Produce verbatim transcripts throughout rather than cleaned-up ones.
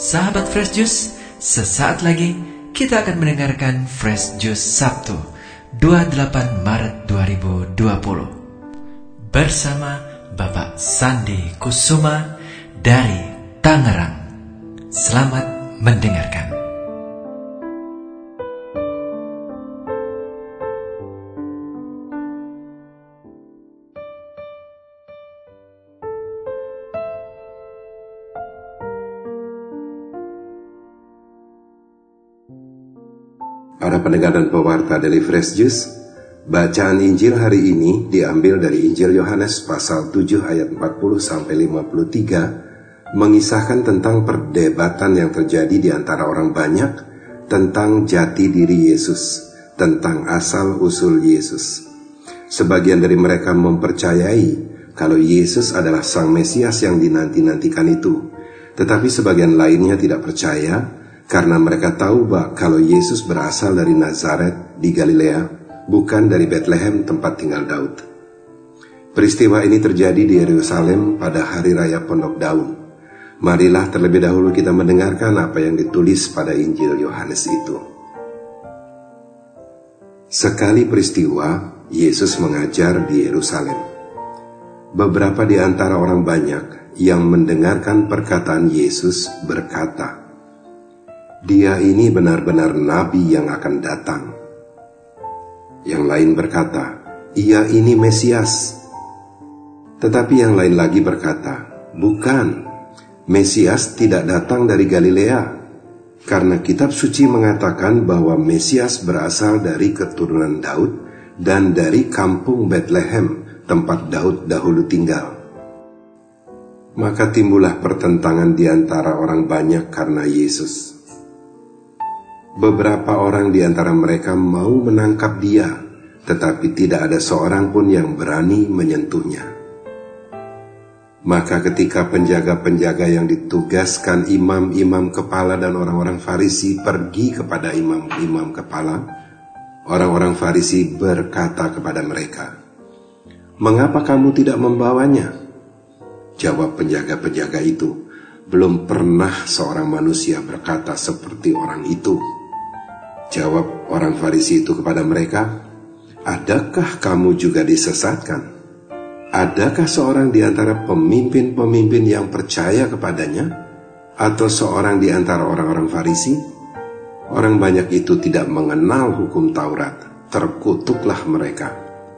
Sahabat Fresh Juice, sesaat lagi kita akan mendengarkan Fresh Juice Sabtu dua puluh delapan Maret dua ribu dua puluh bersama Bapak Sandi Kusuma dari Tangerang. Selamat mendengarkan. Para pendengar dan pewarta dari Fresh Juice, bacaan Injil hari ini diambil dari Injil Yohanes pasal tujuh ayat empat puluh sampai lima puluh tiga, mengisahkan tentang perdebatan yang terjadi di antara orang banyak tentang jati diri Yesus, tentang asal-usul Yesus. Sebagian dari mereka mempercayai kalau Yesus adalah Sang Mesias yang dinanti-nantikan itu, tetapi sebagian lainnya tidak percaya, karena mereka tahu bahwa kalau Yesus berasal dari Nazaret di Galilea, bukan dari Bethlehem tempat tinggal Daud. Peristiwa ini terjadi di Yerusalem pada hari raya Pondok Daun. Marilah terlebih dahulu kita mendengarkan apa yang ditulis pada Injil Yohanes itu. Sekali peristiwa, Yesus mengajar di Yerusalem. Beberapa di antara orang banyak yang mendengarkan perkataan Yesus berkata, "Dia ini benar-benar nabi yang akan datang." Yang lain berkata, "Ia ini Mesias." Tetapi yang lain lagi berkata, "Bukan, Mesias tidak datang dari Galilea, karena kitab suci mengatakan bahwa Mesias berasal dari keturunan Daud dan dari kampung Bethlehem, tempat Daud dahulu tinggal." Maka timbullah pertentangan di antara orang banyak karena Yesus. Beberapa orang di antara mereka mau menangkap dia, tetapi tidak ada seorang pun yang berani menyentuhnya. Maka ketika penjaga-penjaga yang ditugaskan imam-imam kepala dan orang-orang Farisi pergi kepada imam-imam kepala, orang-orang Farisi berkata kepada mereka, "Mengapa kamu tidak membawanya?" Jawab penjaga-penjaga itu, "Belum pernah seorang manusia berkata seperti orang itu." Jawab orang Farisi itu kepada mereka, "Adakah kamu juga disesatkan? Adakah seorang di antara pemimpin-pemimpin yang percaya kepadanya? Atau seorang di antara orang-orang Farisi?" Orang banyak itu tidak mengenal hukum Taurat, terkutuklah mereka.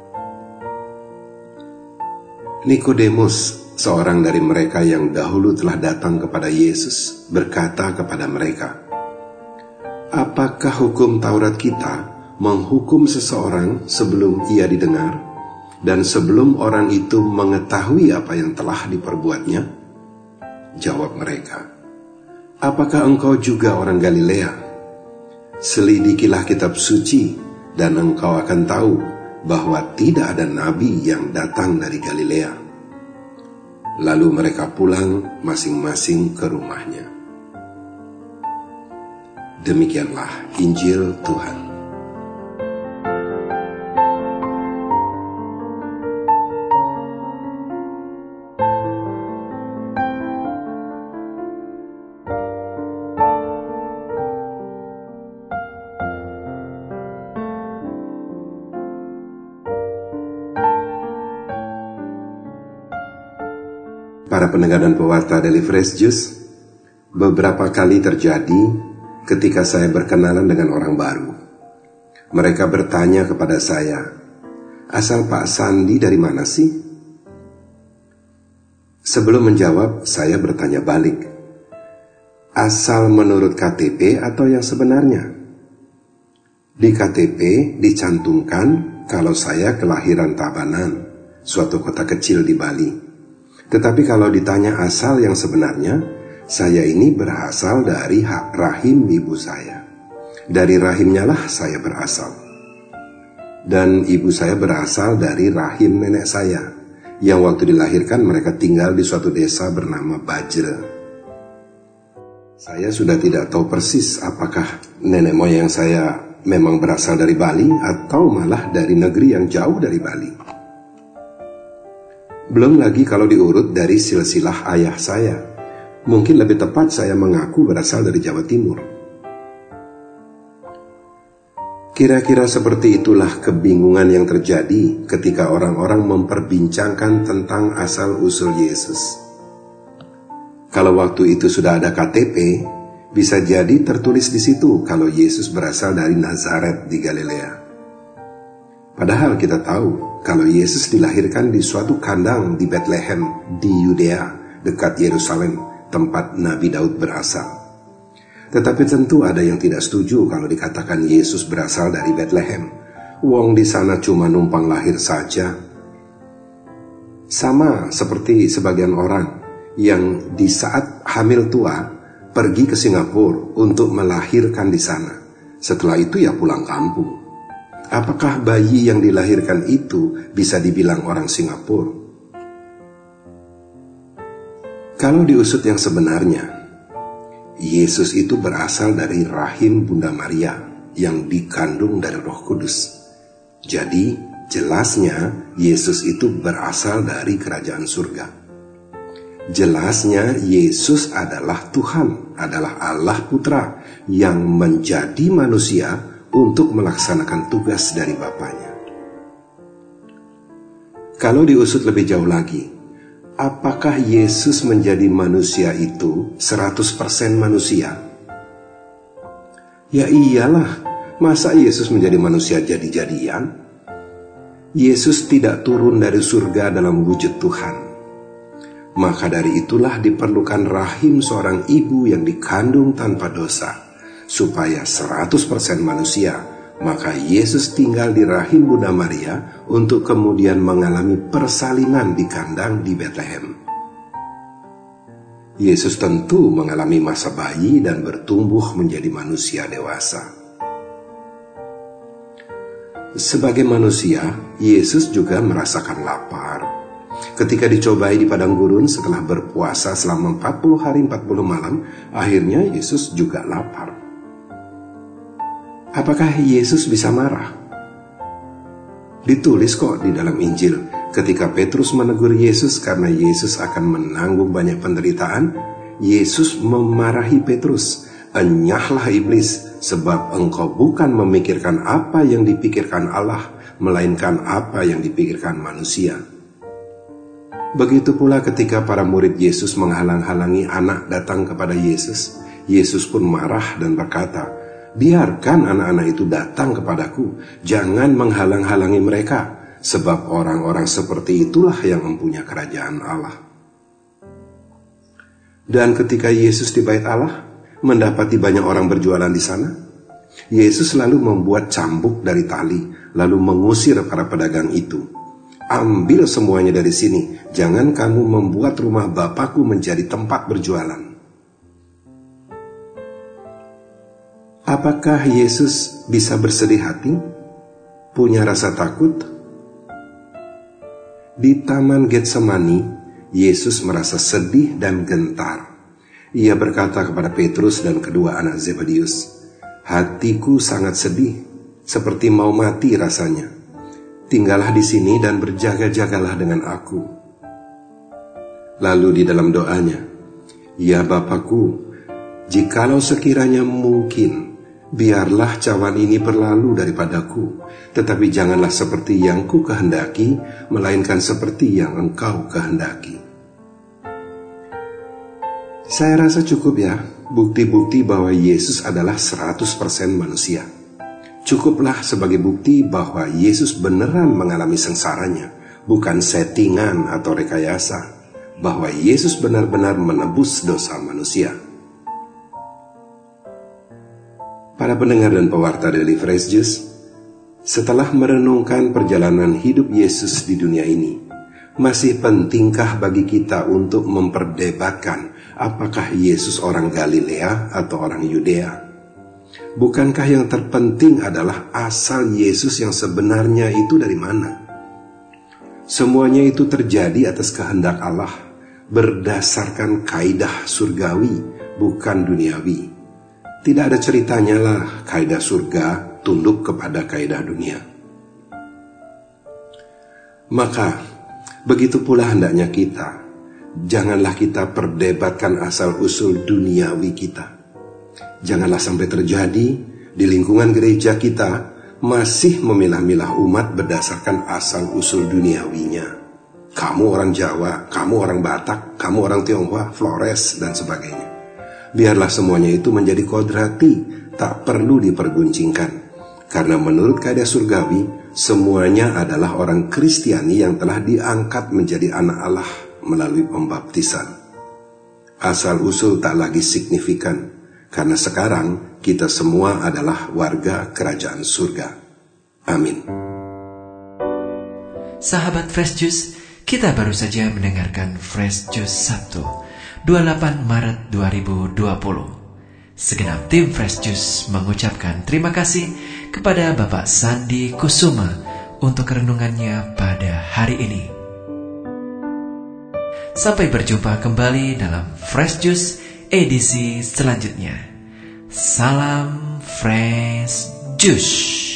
Nikodemus, seorang dari mereka yang dahulu telah datang kepada Yesus, berkata kepada mereka, "Apakah hukum Taurat kita menghukum seseorang sebelum ia didengar, dan sebelum orang itu mengetahui apa yang telah diperbuatnya?" Jawab mereka, "Apakah engkau juga orang Galilea? Selidikilah kitab suci, dan engkau akan tahu bahwa tidak ada nabi yang datang dari Galilea." Lalu mereka pulang masing-masing ke rumahnya. Demikianlah Injil Tuhan. Para pendengar dan pewarta dari Fresh Juice, beberapa kali terjadi ketika saya berkenalan dengan orang baru. Mereka bertanya kepada saya, "Asal Pak Sandi dari mana sih?" Sebelum menjawab, saya bertanya balik, "Asal menurut K T P atau yang sebenarnya?" Di K T P dicantumkan kalau saya kelahiran Tabanan, suatu kota kecil di Bali. Tetapi kalau ditanya asal yang sebenarnya, saya ini berasal dari rahim ibu saya. Dari rahimnya lah saya berasal. Dan ibu saya berasal dari rahim nenek saya, yang waktu dilahirkan mereka tinggal di suatu desa bernama Bajre. Saya sudah tidak tahu persis apakah nenek moyang saya memang berasal dari Bali atau malah dari negeri yang jauh dari Bali. Belum lagi kalau diurut dari silsilah ayah saya, Mungkin lebih tepat saya mengaku berasal dari Jawa Timur. Kira-kira seperti itulah kebingungan yang terjadi ketika orang-orang memperbincangkan tentang asal-usul Yesus. Kalau waktu itu sudah ada K T P, bisa jadi tertulis di situ kalau Yesus berasal dari Nazaret di Galilea. Padahal kita tahu kalau Yesus dilahirkan di suatu kandang di Bethlehem di Yudea, dekat Yerusalem, tempat Nabi Daud berasal. Tetapi tentu ada yang tidak setuju kalau dikatakan Yesus berasal dari Bethlehem. Wong di sana cuma numpang lahir saja. Sama seperti sebagian orang yang di saat hamil tua pergi ke Singapura untuk melahirkan di sana. Setelah itu ya pulang kampung. Apakah bayi yang dilahirkan itu bisa dibilang orang Singapura? Kalau diusut yang sebenarnya, Yesus itu berasal dari rahim Bunda Maria yang dikandung dari Roh Kudus. Jadi, jelasnya Yesus itu berasal dari kerajaan surga. Jelasnya Yesus adalah Tuhan, adalah Allah Putra yang menjadi manusia untuk melaksanakan tugas dari Bapanya. Kalau diusut lebih jauh lagi, apakah Yesus menjadi manusia itu seratus persen manusia? Ya iyalah, masa Yesus menjadi manusia jadi-jadian? Yesus tidak turun dari surga dalam wujud Tuhan. Maka dari itulah diperlukan rahim seorang ibu yang dikandung tanpa dosa, supaya seratus persen manusia. Maka Yesus tinggal di rahim Bunda Maria untuk kemudian mengalami persalinan di kandang di Bethlehem. Yesus tentu mengalami masa bayi dan bertumbuh menjadi manusia dewasa. Sebagai manusia, Yesus juga merasakan lapar. Ketika dicobai di padang gurun setelah berpuasa selama empat puluh hari empat puluh malam, akhirnya Yesus juga lapar. Apakah Yesus bisa marah? Ditulis kok di dalam Injil, ketika Petrus menegur Yesus karena Yesus akan menanggung banyak penderitaan, Yesus memarahi Petrus, "Enyahlah iblis, sebab engkau bukan memikirkan apa yang dipikirkan Allah, melainkan apa yang dipikirkan manusia." Begitu pula ketika para murid Yesus menghalang-halangi anak datang kepada Yesus, Yesus pun marah dan berkata, "Biarkan anak-anak itu datang kepadaku, jangan menghalang-halangi mereka, sebab orang-orang seperti itulah yang mempunyai kerajaan Allah." Dan ketika Yesus di bait Allah, mendapati banyak orang berjualan di sana, Yesus lalu membuat cambuk dari tali, lalu mengusir para pedagang itu. "Ambil semuanya dari sini, jangan kamu membuat rumah Bapakku menjadi tempat berjualan." Apakah Yesus bisa bersedih hati? Punya rasa takut? Di Taman Getsemani, Yesus merasa sedih dan gentar. Ia berkata kepada Petrus dan kedua anak Zebedius, "Hatiku sangat sedih, seperti mau mati rasanya. Tinggallah di sini dan berjaga-jagalah dengan aku." Lalu di dalam doanya, "Ya Bapakku, jikalau sekiranya mungkin, biarlah cawan ini berlalu daripadaku, tetapi janganlah seperti yang ku kehendaki, melainkan seperti yang engkau kehendaki." Saya rasa cukup ya, bukti-bukti bahwa Yesus adalah seratus persen manusia. Cukuplah sebagai bukti bahwa Yesus beneran mengalami sengsaranya, bukan settingan atau rekayasa, bahwa Yesus benar-benar menebus dosa manusia. Para pendengar dan pewarta Daily Fresh Juice, setelah merenungkan perjalanan hidup Yesus di dunia ini, masih pentingkah bagi kita untuk memperdebatkan apakah Yesus orang Galilea atau orang Yudea? Bukankah yang terpenting adalah asal Yesus yang sebenarnya itu dari mana? Semuanya itu terjadi atas kehendak Allah, berdasarkan kaidah surgawi, bukan duniawi. Tidak ada ceritanya lah kaidah surga tunduk kepada kaidah dunia. Maka, begitu pula hendaknya kita, janganlah kita perdebatkan asal-usul duniawi kita. Janganlah sampai terjadi di lingkungan gereja kita masih memilah-milah umat berdasarkan asal-usul duniawinya. Kamu orang Jawa, kamu orang Batak, kamu orang Tionghoa, Flores, dan sebagainya. Biarlah semuanya itu menjadi kodrati, tak perlu diperguncingkan. Karena menurut kaidah surgawi, semuanya adalah orang Kristiani yang telah diangkat menjadi anak Allah melalui pembaptisan. Asal-usul tak lagi signifikan, karena sekarang kita semua adalah warga kerajaan surga. Amin. Sahabat Fresh Juice, kita baru saja mendengarkan Fresh Juice Sabtu, dua puluh delapan Maret dua ribu dua puluh. Segenap tim Fresh Juice mengucapkan terima kasih kepada Bapak Sandi Kusuma untuk renungannya pada hari ini. Sampai berjumpa kembali dalam Fresh Juice edisi selanjutnya. Salam Fresh Juice.